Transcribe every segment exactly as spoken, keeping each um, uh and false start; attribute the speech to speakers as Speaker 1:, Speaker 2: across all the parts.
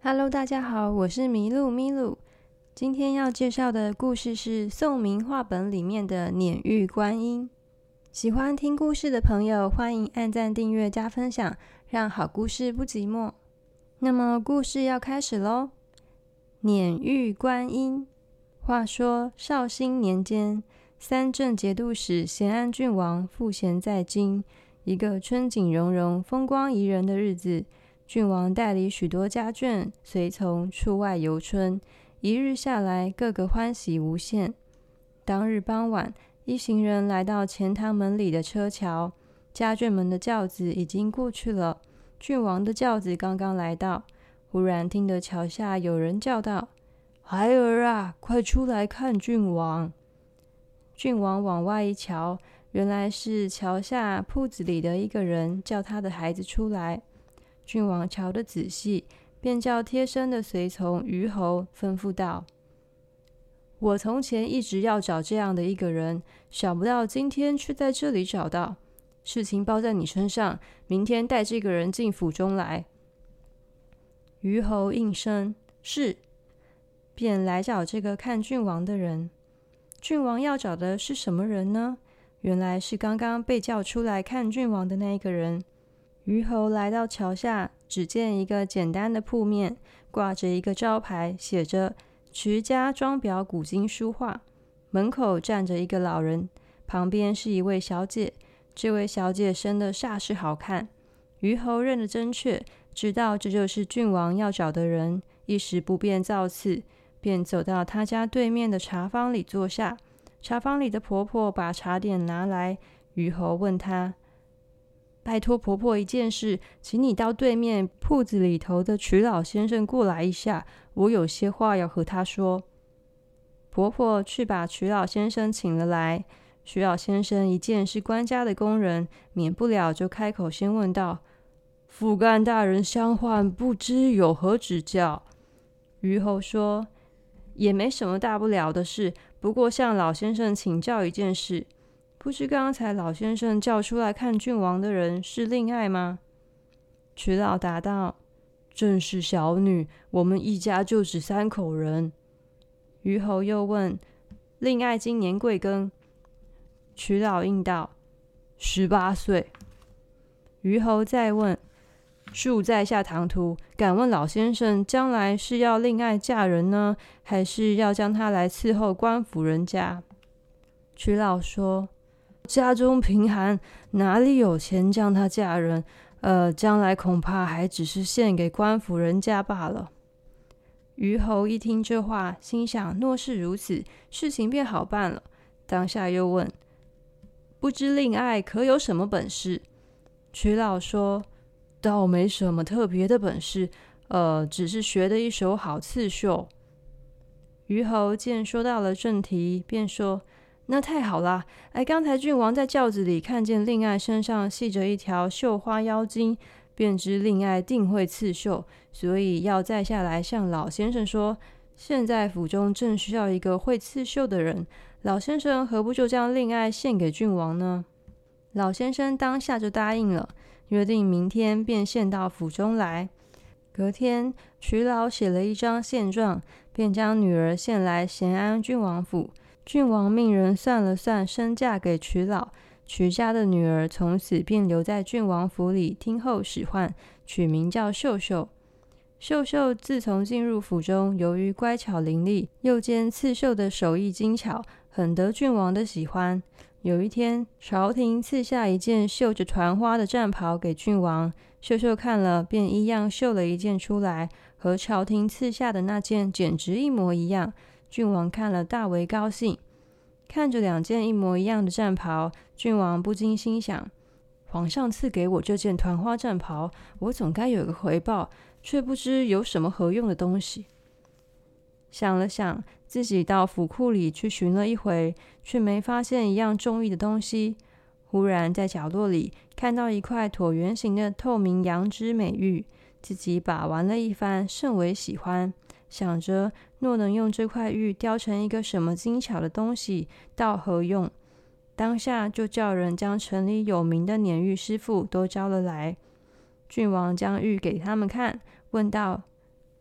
Speaker 1: Hello， 大家好，我是麋鹿咪露。今天要介绍的故事是宋明话本里面的碾玉观音。喜欢听故事的朋友，欢迎按赞、订阅、加分享，让好故事不寂寞。那么故事要开始咯。碾玉观音。话说绍兴年间，三镇节度使咸安郡王赋闲在京，一个春景融融、风光宜人的日子，郡王带领许多家眷随从出外游春，一日下来，个个欢喜无限。当日傍晚，一行人来到钱塘门里的车桥，家眷们的轿子已经过去了，郡王的轿子刚刚来到，忽然听得桥下有人叫道：“孩儿啊，快出来看郡王！”郡王往外一瞧，原来是桥下铺子里的一个人叫他的孩子出来。郡王瞧得仔细，便叫贴身的随从虞侯吩咐道：“我从前一直要找这样的一个人，想不到今天却在这里找到。事情包在你身上，明天带这个人进府中来。”虞侯应声是，便来找这个看郡王的人。郡王要找的是什么人呢？原来是刚刚被叫出来看郡王的那一个人。虞侯来到桥下，只见一个简单的铺面，挂着一个招牌，写着瞿家装裱古今书画。门口站着一个老人，旁边是一位小姐。这位小姐生得煞是好看。虞侯认得真确，知道这就是郡王要找的人，一时不便造次，便走到他家对面的茶坊里坐下。茶坊里的婆婆把茶点拿来，虞侯问她：“拜托婆婆一件事，请你到对面铺子里头的瞿老先生过来一下，我有些话要和他说。”婆婆去把瞿老先生请了来。瞿老先生一见是官家的工人，免不了就开口先问道：“副干大人相唤，不知有何指教？”虞侯说：“也没什么大不了的事，不过向老先生请教一件事。不知刚才老先生叫出来看郡王的人是令爱吗？”瞿老答道：“正是小女，我们一家就只三口人。”虞侯又问：“令爱今年贵庚？”瞿老应道：“十八岁。”虞侯再问：“恕在下唐突，敢问老先生将来是要令爱嫁人呢，还是要将她来伺候官府人家？”瞿老说：“家中贫寒，哪里有钱将她嫁人？呃，将来恐怕还只是献给官府人家罢了。”虞侯一听这话，心想若是如此，事情便好办了。当下又问：“不知令爱可有什么本事？”瞿老说：“倒没什么特别的本事，呃，只是学的一手好刺绣。”虞侯见说到了正题，便说：“那太好啦！哎，刚才郡王在轿子里看见令爱身上系着一条绣花腰巾，便知令爱定会刺绣，所以要再下来向老先生说，现在府中正需要一个会刺绣的人，老先生何不就将令爱献给郡王呢？”老先生当下就答应了，约定明天便献到府中来。隔天，瞿老写了一张献状，便将女儿献来咸安郡王府。郡王命人算了算身价给瞿老，瞿家的女儿从此便留在郡王府里听候使唤，取名叫秀秀。秀秀自从进入府中，由于乖巧伶俐，又兼刺绣的手艺精巧，很得郡王的喜欢。有一天，朝廷赐下一件绣着团花的战袍给郡王，秀秀看了，便一样绣了一件出来，和朝廷赐下的那件简直一模一样。郡王看了大为高兴。看着两件一模一样的战袍，郡王不禁心想：皇上赐给我这件团花战袍，我总该有个回报，却不知有什么合用的东西。想了想，自己到府库里去寻了一回，却没发现一样中意的东西。忽然在角落里看到一块椭圆形的透明羊脂美玉，自己把玩了一番，甚为喜欢。想着若能用这块玉雕成一个什么精巧的东西，倒合用。当下就叫人将城里有名的碾玉师傅都招了来。郡王将玉给他们看，问道：“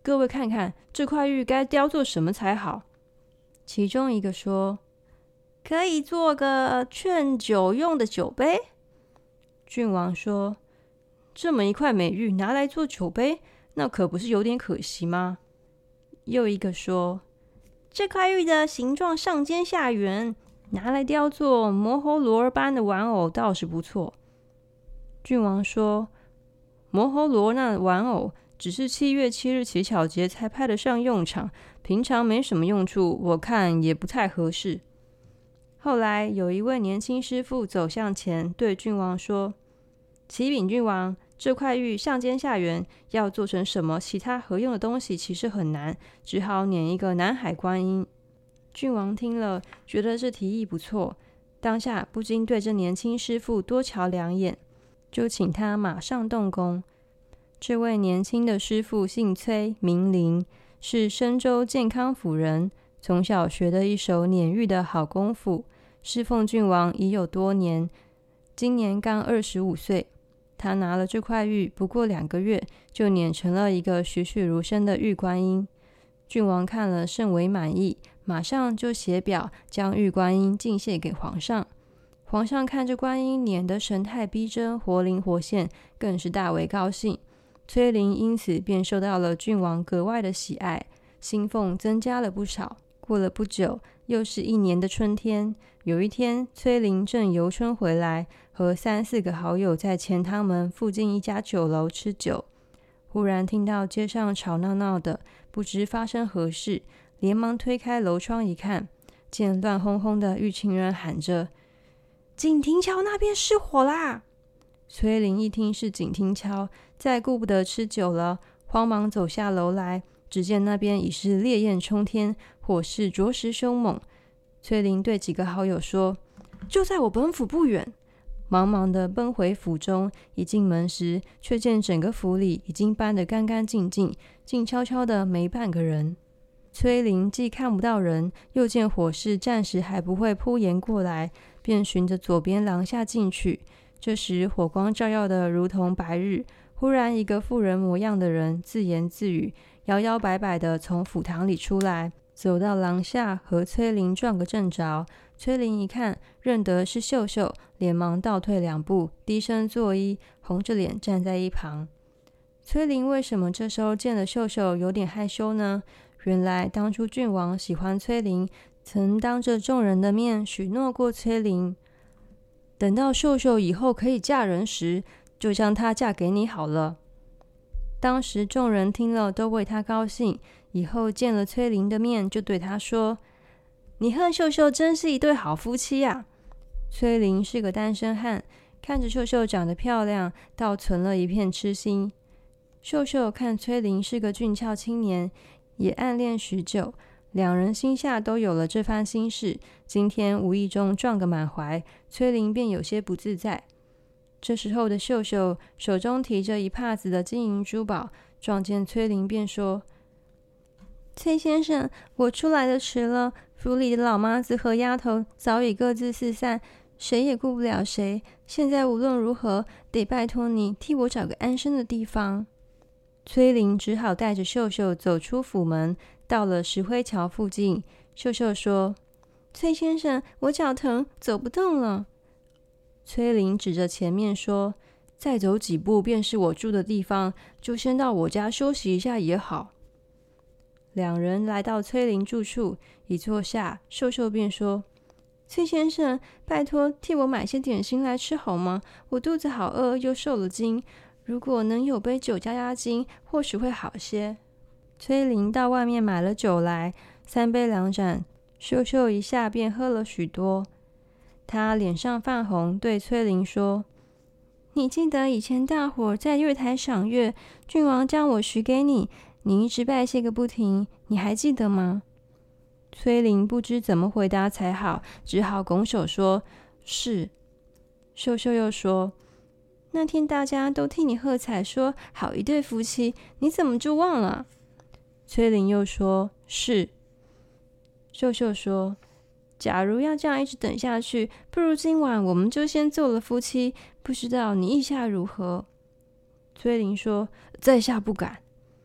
Speaker 1: 各位看看这块玉该雕做什么才好。”其中一个说：“可以做个劝酒用的酒杯。”郡王说：“这么一块美玉拿来做酒杯，那可不是有点可惜吗？”又一个说：“这块玉的形状上尖下圆，拿来雕做摩喉罗儿般的玩偶倒是不错。”郡王说：“摩喉罗那玩偶只是七月七日乞巧节才派得上用场，平常没什么用处，我看也不太合适。”后来有一位年轻师傅走向前，对郡王说：“启禀郡王，这块玉上尖下圆，要做成什么其他合用的东西其实很难，只好捻一个南海观音。”郡王听了，觉得这提议不错，当下不禁对这年轻师傅多瞧两眼，就请他马上动工。这位年轻的师傅姓崔，名林，是深州健康府人，从小学的一手捻玉的好功夫，侍奉郡王已有多年，今年刚二十五岁。他拿了这块玉，不过两个月就捻成了一个栩栩如生的玉观音。郡王看了甚为满意，马上就写表将玉观音进献给皇上。皇上看这观音捻得神态逼真，活灵活现，更是大为高兴。崔林因此便受到了郡王格外的喜爱，薪俸增加了不少。过了不久，又是一年的春天，有一天，崔林正游春回来，和三四个好友在钱塘门附近一家酒楼吃酒，忽然听到街上吵闹闹的，不知发生何事，连忙推开楼窗一看，见乱哄哄的一群人喊着：“景亭桥那边失火啦！”崔林一听是景亭桥，再顾不得吃酒了，慌忙走下楼来，只见那边已是烈焰冲天，火势着实凶猛。崔林对几个好友说：“就在我本府不远。”忙忙的奔回府中，一进门时，却见整个府里已经搬得干干净净，静悄悄的没半个人。崔林既看不到人，又见火势暂时还不会扑延过来，便循着左边廊下进去。这时火光照耀的如同白日，忽然一个妇人模样的人自言自语，摇摇摆摆的从府堂里出来，走到廊下和崔林撞个正着。崔林一看，认得是秀秀，连忙倒退两步，低声作揖，红着脸站在一旁。崔林为什么这时候见了秀秀有点害羞呢？原来当初郡王喜欢崔林，曾当着众人的面许诺过崔林，等到秀秀以后可以嫁人时，就将她嫁给你好了。当时众人听了都为他高兴，以后见了崔林的面，就对他说：“你和秀秀真是一对好夫妻啊。”崔林是个单身汉，看着秀秀长得漂亮，倒存了一片痴心。秀秀看崔林是个俊俏青年，也暗恋许久，两人心下都有了这番心事。今天无意中撞个满怀，崔林便有些不自在。这时候的秀秀手中提着一帕子的金银珠宝，撞见崔林便说：“崔先生，我出来的迟了，府里的老妈子和丫头早已各自四散，谁也顾不了谁。现在无论如何，得拜托你替我找个安身的地方。”崔林只好带着秀秀走出府门，到了石灰桥附近。秀秀说：“崔先生，我脚疼，走不动了。”崔林指着前面说：“再走几步便是我住的地方，就先到我家休息一下也好。”两人来到崔林住处，一坐下，秀秀便说：“崔先生，拜托替我买些点心来吃好吗？我肚子好饿，又受了惊，如果能有杯酒压压惊，或许会好些。”崔林到外面买了酒来，三杯两盏，秀秀一下便喝了许多。他脸上泛红，对崔林说：“你记得以前大伙在月台赏月，郡王将我许给你，你一直拜谢个不停，你还记得吗？”崔林不知怎么回答才好，只好拱手说：“是。”秀秀又说：“那天大家都替你喝彩，说好一对夫妻，你怎么就忘了？”崔林又说：“是。”秀秀说：“假如要这样一直等下去，不如今晚我们就先做了夫妻，不知道你意下如何？”崔林说：“在下不敢。”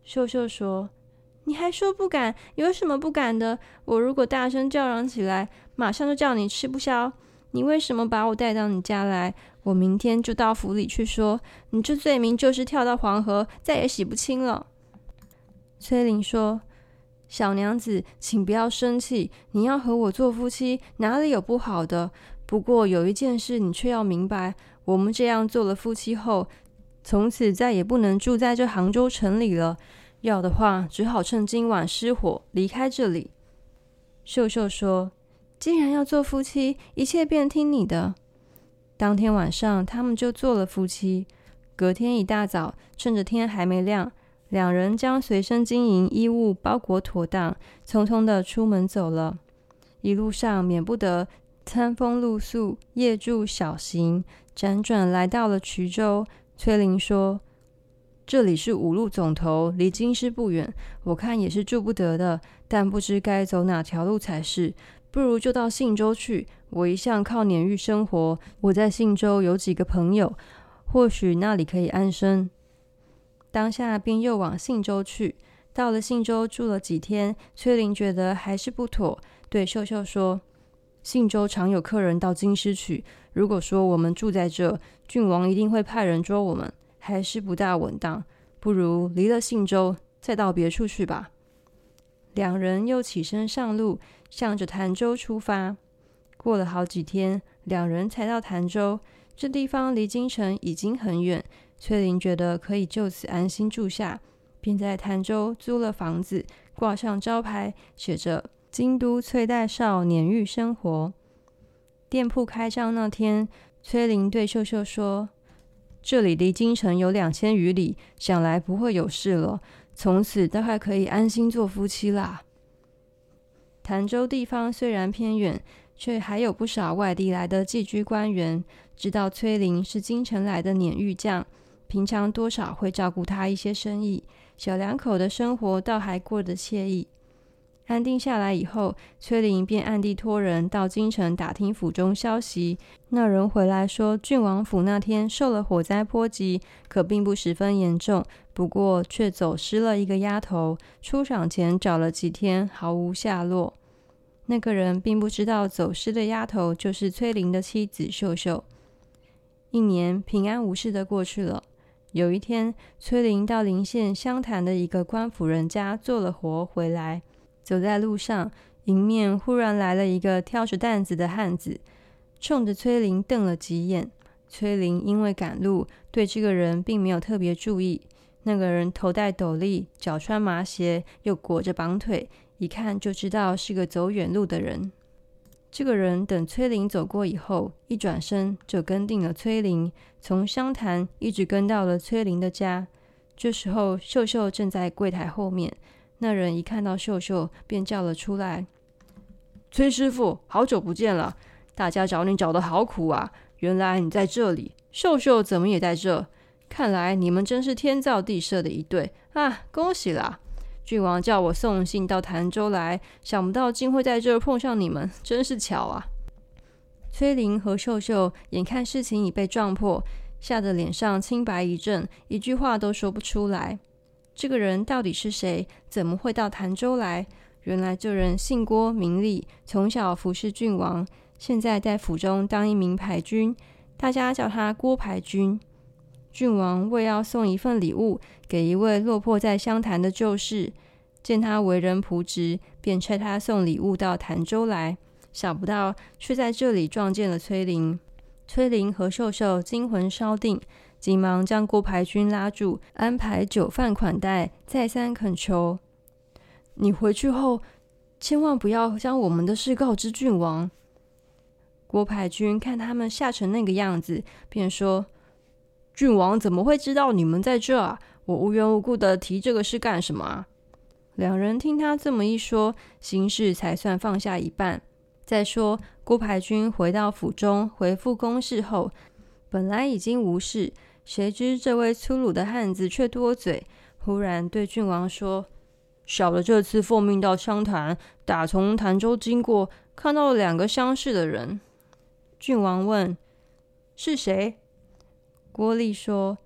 Speaker 1: 秀秀说：“你还说不敢？有什么不敢的？我如果大声叫嚷起来，马上就叫你吃不消。你为什么把我带到你家来？我明天就到府里去说，你这罪名就是跳到黄河，再也洗不清了。”崔玲说：“小娘子，请不要生气，你要和我做夫妻，哪里有不好的？不过有一件事你却要明白，我们这样做了夫妻后，从此再也不能住在这杭州城里了。要的话，只好趁今晚失火离开这里。”秀秀说：“既然要做夫妻，一切便听你的。”当天晚上，他们就做了夫妻。隔天一大早，趁着天还没亮，两人将随身金银衣物包裹妥当，匆匆的出门走了。一路上免不得餐风露宿，夜住小行，辗转来到了衢州。崔玲说：“这里是五路总头，离京师不远，我看也是住不得的，但不知该走哪条路才是。不如就到信州去，我一向靠碾玉生活，我在信州有几个朋友，或许那里可以安身。”当下便又往信州去。到了信州住了几天，崔玲觉得还是不妥，对秀秀说：“信州常有客人到京师去，如果说我们住在这，郡王一定会派人捉我们，还是不大稳当，不如离了信州，再到别处去吧。”两人又起身上路，向着潭州出发。过了好几天，两人才到潭州。这地方离京城已经很远，崔玲觉得可以就此安心住下，便在潭州租了房子，挂上招牌，写着“京都崔代少碾玉生活”。店铺开张那天，崔玲对秀秀说：“这里离京城有两千余里，想来不会有事了，从此大概可以安心做夫妻啦。”潭州地方虽然偏远，却还有不少外地来的寄居官员，知道崔玲是京城来的碾玉匠，平常多少会照顾他一些生意，小两口的生活倒还过得惬意。安定下来以后，崔玲便暗地托人到京城打听府中消息。那人回来说，郡王府那天受了火灾波及，可并不十分严重，不过却走失了一个丫头，出场前找了几天，毫无下落。那个人并不知道走失的丫头就是崔玲的妻子秀秀。一年平安无事的过去了。有一天，崔玲到临县湘潭的一个官府人家做了活回来，走在路上，迎面忽然来了一个挑着担子的汉子，冲着崔玲瞪了几眼。崔玲因为赶路，对这个人并没有特别注意。那个人头戴斗笠，脚穿麻鞋，又裹着绑腿，一看就知道是个走远路的人。这个人等崔玲走过以后，一转身就跟定了崔玲，从湘潭一直跟到了崔玲的家。这时候秀秀正在柜台后面，那人一看到秀秀，便叫了出来：“崔师傅，好久不见了，大家找你找得好苦啊！原来你在这里，秀秀怎么也在这？看来你们真是天造地设的一对啊！恭喜啦！郡王叫我送信到潭州来，想不到竟会在这儿碰上你们，真是巧啊！”崔玲和秀秀眼看事情已被撞破，吓得脸上青白一阵，一句话都说不出来。这个人到底是谁？怎么会到潭州来？原来这人姓郭名利，从小服侍郡王，现在在府中当一名牌军，大家叫他郭牌军。郡王为要送一份礼物给一位落魄在湘潭的旧士，见他为人朴直，便差他送礼物到潭州来。想不到却在这里撞见了崔玲。崔玲和秀秀惊魂稍定，急忙将郭牌军拉住，安排酒饭款待，再三恳求：“你回去后千万不要将我们的事告知郡王。”郭牌军看他们吓成那个样子，便说：“郡王怎么会知道你们在这啊？我无缘无故的提这个事干什么啊？”两人听他这么一说，心事才算放下一半。再说郭牌军回到府中回复公事后，本来已经无事，谁知这位粗鲁的汉子却多嘴，忽然对郡王说：“小的这次奉命到湘潭，打从潭州经过，看到了两个相识的人。”郡王问：“是谁？”郭丽说：“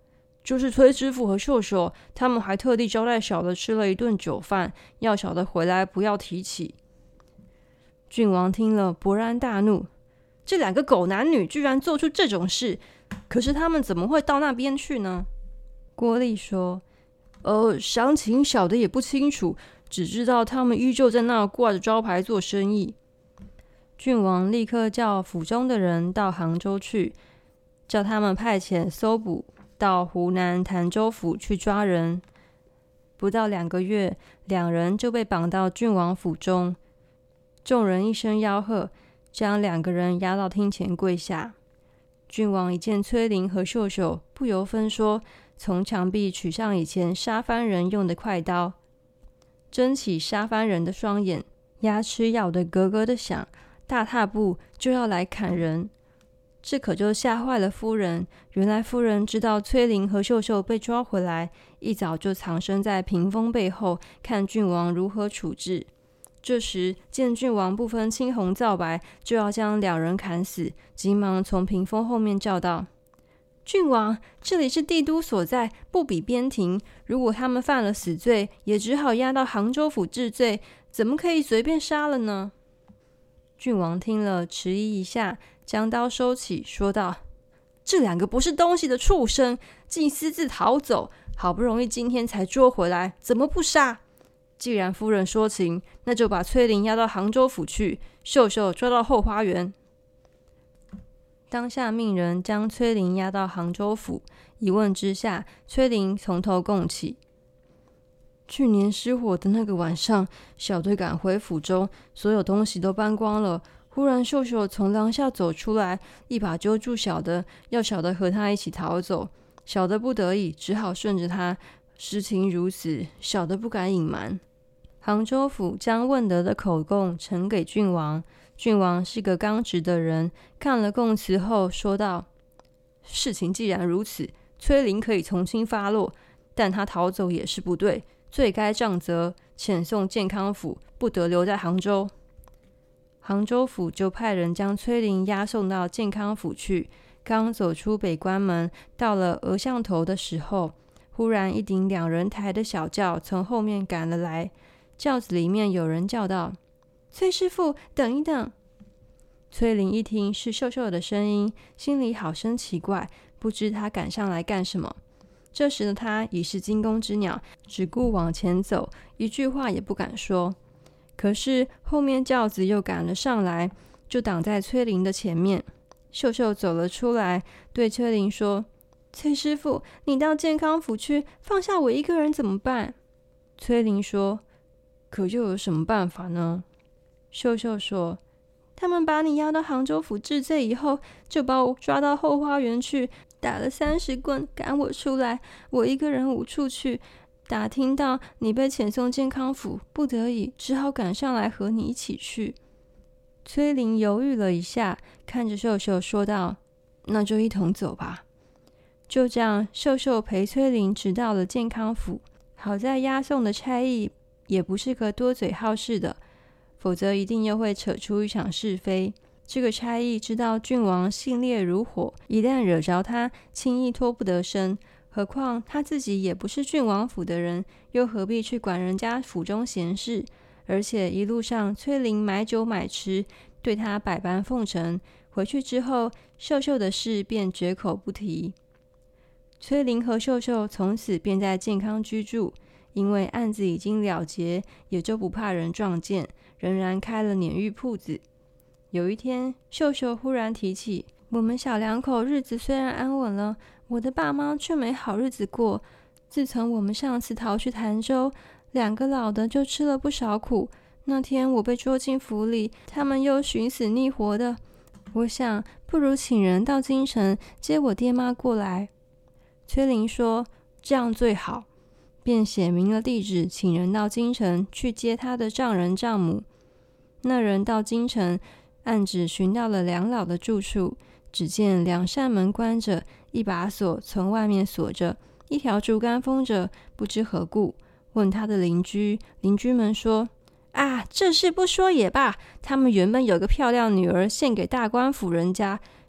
Speaker 1: 就是崔师傅和秀秀，他们还特地招待小的吃了一顿酒饭，要小的回来不要提起。”郡王听了勃然大怒，这两个狗男女居然做出这种事，可是他们怎么会到那边去呢？郭丽说：“呃，详情小的也不清楚，只知道他们依旧在那挂着招牌做生意。”郡王立刻叫府中的人到杭州去，叫他们派遣搜捕到湖南潭州府去抓人。不到两个月，两人就被绑到郡王府中。众人一声吆喝，将两个人押到厅前跪下。郡王一见崔玲和秀秀，不由分说，从墙壁取上以前杀番人用的快刀，睁起杀番人的双眼，牙齿咬得咯咯的响，大踏步就要来砍人。这可就吓坏了夫人。原来夫人知道崔玲和秀秀被抓回来，一早就藏身在屏风背后，看郡王如何处置。这时见郡王不分青红皂白，就要将两人砍死，急忙从屏风后面叫道：“郡王，这里是帝都所在，不比边庭，如果他们犯了死罪，也只好押到杭州府治罪，怎么可以随便杀了呢？”郡王听了迟疑一下，将刀收起，说道：“这两个不是东西的畜生，竟私自逃走，好不容易今天才捉回来，怎么不杀？既然夫人说情，那就把崔玲押到杭州府去，秀秀抓到后花园。”当下命人将崔玲押到杭州府，一问之下，崔玲从头供起。去年失火的那个晚上，小队赶回府中，所有东西都搬光了。忽然秀秀从廊下走出来，一把揪住小的，要小的和他一起逃走。小的不得已，只好顺着他。实情如此，小的不敢隐瞒。杭州府将问得的口供呈给郡王，郡王是个刚直的人，看了供词后说道：“事情既然如此，崔玲可以从轻发落，但他逃走也是不对，罪该杖责，遣送健康府，不得留在杭州。”杭州府就派人将崔玲押送到健康府去。刚走出北关门，到了鹅巷头的时候，忽然一顶两人抬的小轿从后面赶了来，轿子里面有人叫道：“崔师傅，等一等！”崔玲一听是秀秀的声音，心里好生奇怪，不知他赶上来干什么。这时的他已是惊弓之鸟，只顾往前走，一句话也不敢说。可是后面轿子又赶了上来，就挡在崔玲的前面。秀秀走了出来，对崔玲说：“崔师傅，你到健康府去，放下我一个人怎么办？”崔玲说：“可又有什么办法呢？”秀秀说：“他们把你押到杭州府治罪以后，就把我抓到后花园去，打了三十棍赶我出来，我一个人无处去。打听到你被遣送健康府，不得已只好赶上来和你一起去。”崔玲犹豫了一下，看着秀秀说道：“那就一同走吧。”就这样，秀秀陪崔玲直到了健康府。好在押送的差役也不是个多嘴好事的，否则一定又会扯出一场是非。这个差役知道郡王性烈如火，一旦惹着他，轻易脱不得身。何况他自己也不是郡王府的人，又何必去管人家府中闲事？而且一路上崔玲买酒买吃，对他百般奉承。回去之后，秀秀的事便绝口不提。崔玲和秀秀从此便在健康居住，因为案子已经了结，也就不怕人撞见，仍然开了碾玉铺子。有一天，秀秀忽然提起，我们小两口日子虽然安稳了，我的爸妈却没好日子过。自从我们上次逃去潭州，两个老的就吃了不少苦。那天我被捉进府里，他们又寻死觅活的。我想，不如请人到京城接我爹妈过来。崔玲说：“这样最好。”便写明了地址，请人到京城去接他的丈人丈母。那人到京城，按指寻到了两老的住处，只见两扇门关着，一把锁从外面锁着，一条竹竿封着，不知何故。问他的邻居，邻居们说：“啊，这事不说也罢，他们原本有个漂亮女儿献给大官府人家，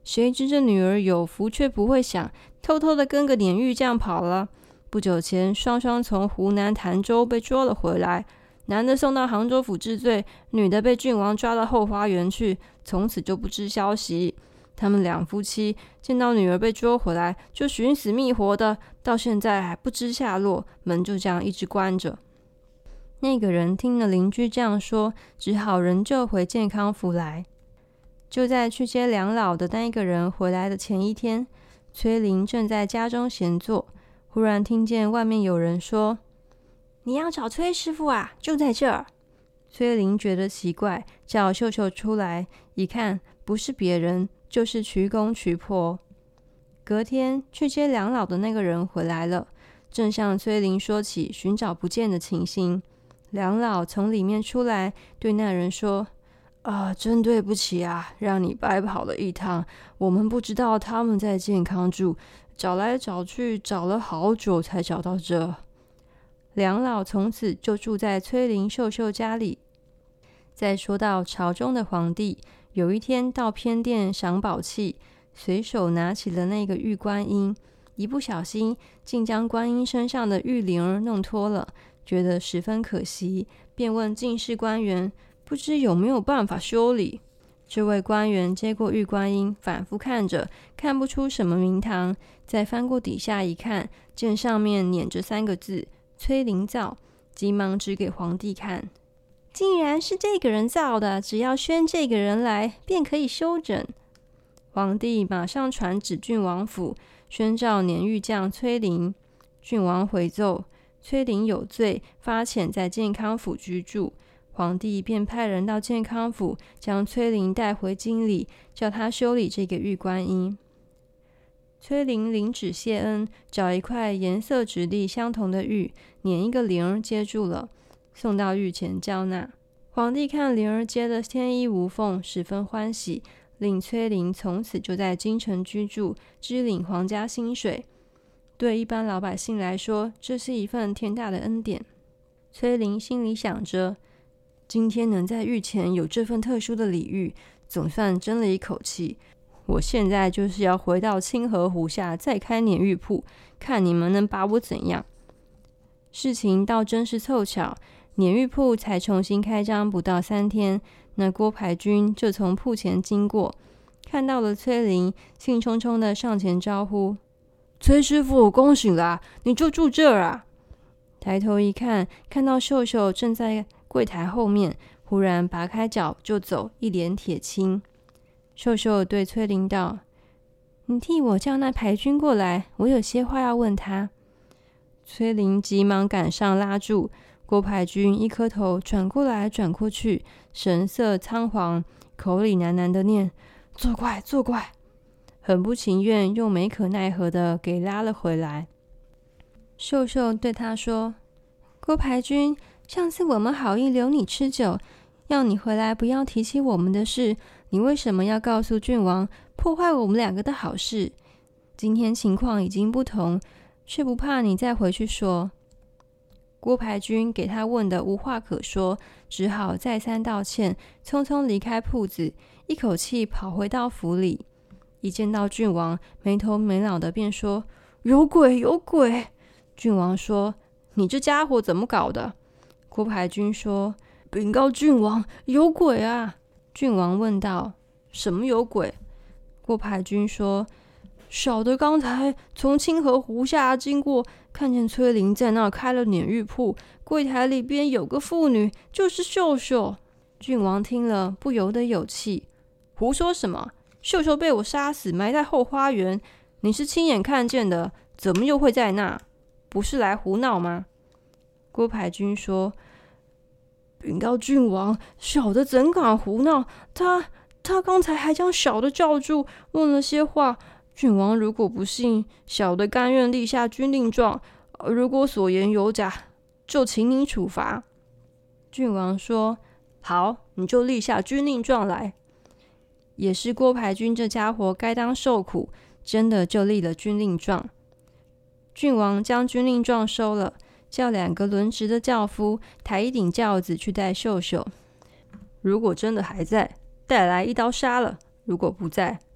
Speaker 1: 谁知这女儿有福却不会享，偷偷的跟个撵玉匠跑了。不久前，双双从湖南潭州被捉了回来，男的送到杭州府治罪，女的被郡王抓到后花园去，从此就不知消息。他们两夫妻见到女儿被捉回来，就寻死觅活的，到现在还不知下落，门就这样一直关着。那个人听了邻居这样说，只好仍旧回健康府来。就在去接梁老的那一个人回来的前一天，崔玲正在家中闲坐，忽然听见外面有人说：“你要找崔师傅啊，就在这儿。”崔玲觉得奇怪，叫秀秀出来，一看不是别人，就是瞿公瞿婆。隔天去接梁老的那个人回来了，正向崔玲说起寻找不见的情形。梁老从里面出来，对那人说：“啊，真对不起啊，让你白跑了一趟。我们不知道他们在健康住，找来找去，找了好久才找到这。”梁老从此就住在崔玲、秀秀家里。再说到朝中的皇帝，有一天到偏殿赏宝器，随手拿起了那个玉观音，一不小心竟将观音身上的玉铃儿弄脱了，觉得十分可惜，便问进士官员，不知有没有办法修理。这位官员接过玉观音，反复看着，看不出什么名堂，再翻过底下一看，见上面捻着三个字崔玲造，急忙指给皇帝看，竟然是这个人造的，只要宣这个人来，便可以修整。皇帝马上传旨郡王府，宣召撵玉匠崔玲。郡王回奏，崔玲有罪，发遣在健康府居住。皇帝便派人到健康府，将崔玲带回京里，叫他修理这个玉观音。崔玲领旨谢恩，找一块颜色质地相同的玉，捻一个铃儿接住了，送到御前交纳。皇帝看铃儿接得天衣无缝，十分欢喜，令崔玲从此就在京城居住，支领皇家薪水。对一般老百姓来说，这是一份天大的恩典。崔玲心里想着，今天能在御前有这份特殊的礼遇，总算争了一口气。我现在就是要回到清河湖下再开撵玉铺，看你们能把我怎样。事情倒真是凑巧，撵玉铺才重新开张不到三天，那郭排军就从铺前经过，看到了崔玲，兴冲冲的上前招呼：“崔师傅，恭喜啦！你就住这儿啊？”抬头一看，看到秀秀正在柜台后面，忽然拔开脚就走，一脸铁青。秀秀对崔玲道：“你替我叫那排军过来，我有些话要问他。”崔玲急忙赶上拉住郭排军，一颗头转过来转过去，神色仓皇，口里喃喃的念：“作怪作怪。”很不情愿又没可奈何的给拉了回来。秀秀对他说：“郭排军，上次我们好意留你吃酒，要你回来不要提起我们的事，你为什么要告诉郡王，破坏我们两个的好事？今天情况已经不同，却不怕你再回去说。”郭排军给他问的无话可说，只好再三道歉，匆匆离开铺子，一口气跑回到府里。一见到郡王，没头没脑的便说：“有鬼有鬼！”郡王说：“你这家伙怎么搞的？”郭排军说：“禀告郡王，有鬼啊！”郡王问道：“什么有鬼？”郭排军说：“小的刚才从清河湖下经过，看见崔玲在那儿开了撵玉铺，柜台里边有个妇女，就是秀秀。”郡王听了不由得有气：“胡说什么？秀秀被我杀死，埋在后花园，你是亲眼看见的，怎么又会在那？不是来胡闹吗？”郭排军说：“禀告郡王，小的怎敢胡闹？他他刚才还将小的叫住，问了些话。郡王如果不信，小的甘愿立下军令状，如果所言有假，就请你处罚。”郡王说：“好，你就立下军令状来。”也是郭排军这家伙该当受苦，真的就立了军令状。郡王将军令状收了，叫两个轮值的轿夫抬一顶轿子去带秀秀。如果真的还在，带来一刀杀了；如果不在，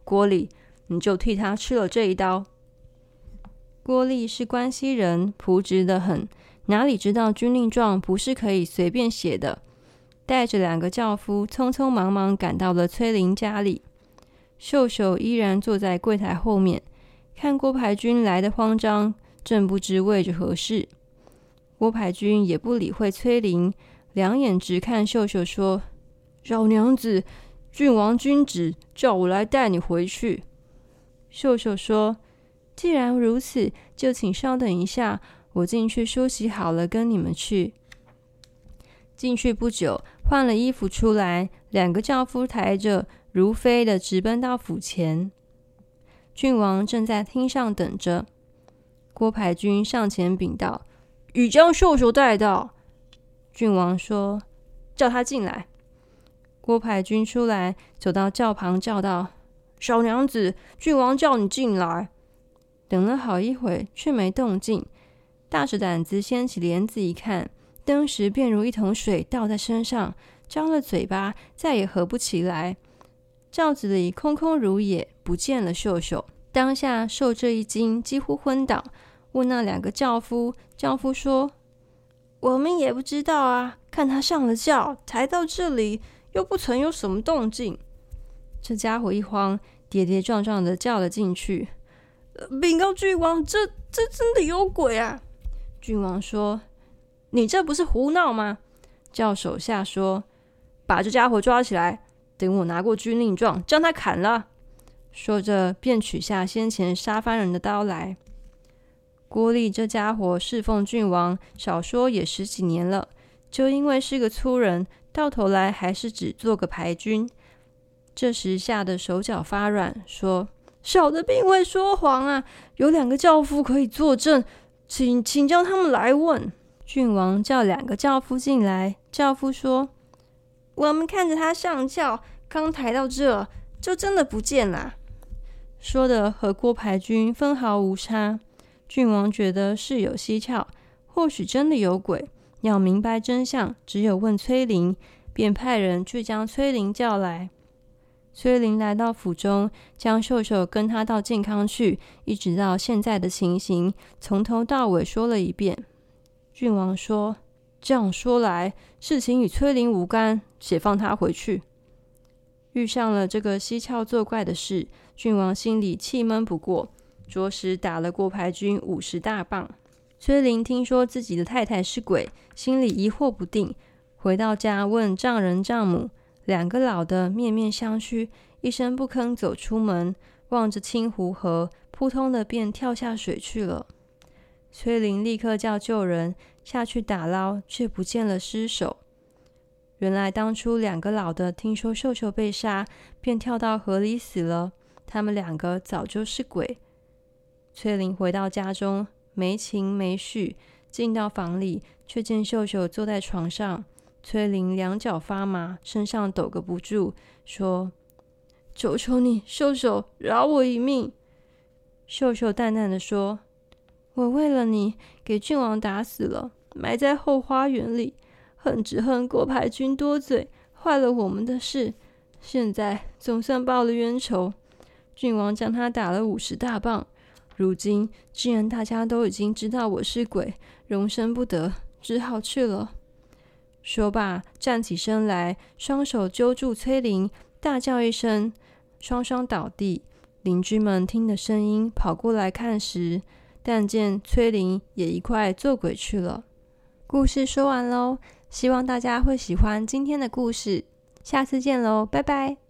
Speaker 1: 郭力，你就替他吃了这一刀。郭力是关西人，朴直得很，哪里知道军令状不是可以随便写的，带着两个轿夫匆匆忙忙赶到了崔林家里。秀秀依然坐在柜台后面，看郭排军来的慌张，正不知为着何事。郭排军也不理会崔林，两眼直看秀秀说：小娘子，郡王君旨叫我来带你回去。秀秀说：既然如此，就请稍等一下，我进去梳洗好了跟你们去。进去不久，换了衣服出来，两个轿夫抬着如飞的直奔到府前。郡王正在厅上等着。郭排军上前禀道：已将秀秀带到。郡王说：叫他进来。郭排军出来，走到轿旁叫道：小娘子，郡王叫你进来。等了好一会，却没动静，大着胆子掀起帘子一看，登时便如一桶水倒在身上，张了嘴巴，再也合不起来。轿子里空空如也，不见了秀秀。当下受这一惊，几乎昏倒，问那两个轿夫，轿夫说：我们也不知道啊，看他上了轿，抬到这里，又不曾有什么动静。这家伙一慌，跌跌撞撞的叫了进去：禀告郡王，这这真的有鬼啊！郡王说：你这不是胡闹吗？叫手下说：把这家伙抓起来，等我拿过军令状，将他砍了。说着便取下先前杀番人的刀来。郭力这家伙侍奉郡王，少说也十几年了，就因为是个粗人，到头来还是只做个排军。这时吓得手脚发软，说：小的并未说谎啊，有两个轿夫可以作证，请请叫他们来问。郡王叫两个轿夫进来，轿夫说：我们看着他上轿，刚抬到这，就真的不见了。说的和郭排军分毫无差。郡王觉得事有蹊跷，或许真的有鬼，要明白真相，只有问崔林，便派人去将崔林叫来。崔林来到府中，将秀秀跟他到健康去，一直到现在的情形，从头到尾说了一遍。郡王说：这样说来，事情与崔林无干，且放他回去。遇上了这个蹊跷作怪的事，郡王心里气闷不过，着实打了郭排军五十大棒。崔林听说自己的太太是鬼，心里疑惑不定，回到家问丈人丈母，两个老的面面相觑，一声不吭走出门，望着清湖河，扑通的便跳下水去了。崔林立刻叫救人下去打捞，却不见了尸首。原来当初两个老的听说秀秀被杀，便跳到河里死了，他们两个早就是鬼。崔林回到家中，没情没绪，进到房里，却见秀秀坐在床上。崔林两脚发麻，身上抖个不住，说：求求你，秀秀，饶我一命。秀秀淡淡的说：我为了你，给郡王打死了，埋在后花园里，恨只恨郭排军多嘴，坏了我们的事，现在总算报了冤仇。郡王将他打了五十大棒，如今既然大家都已经知道我是鬼，容身不得，只好去了。说罢站起身来，双手揪住崔林，大叫一声，双双倒地。邻居们听的声音跑过来看时，但见崔林也一块做鬼去了。故事说完喽，希望大家会喜欢今天的故事，下次见喽，拜拜。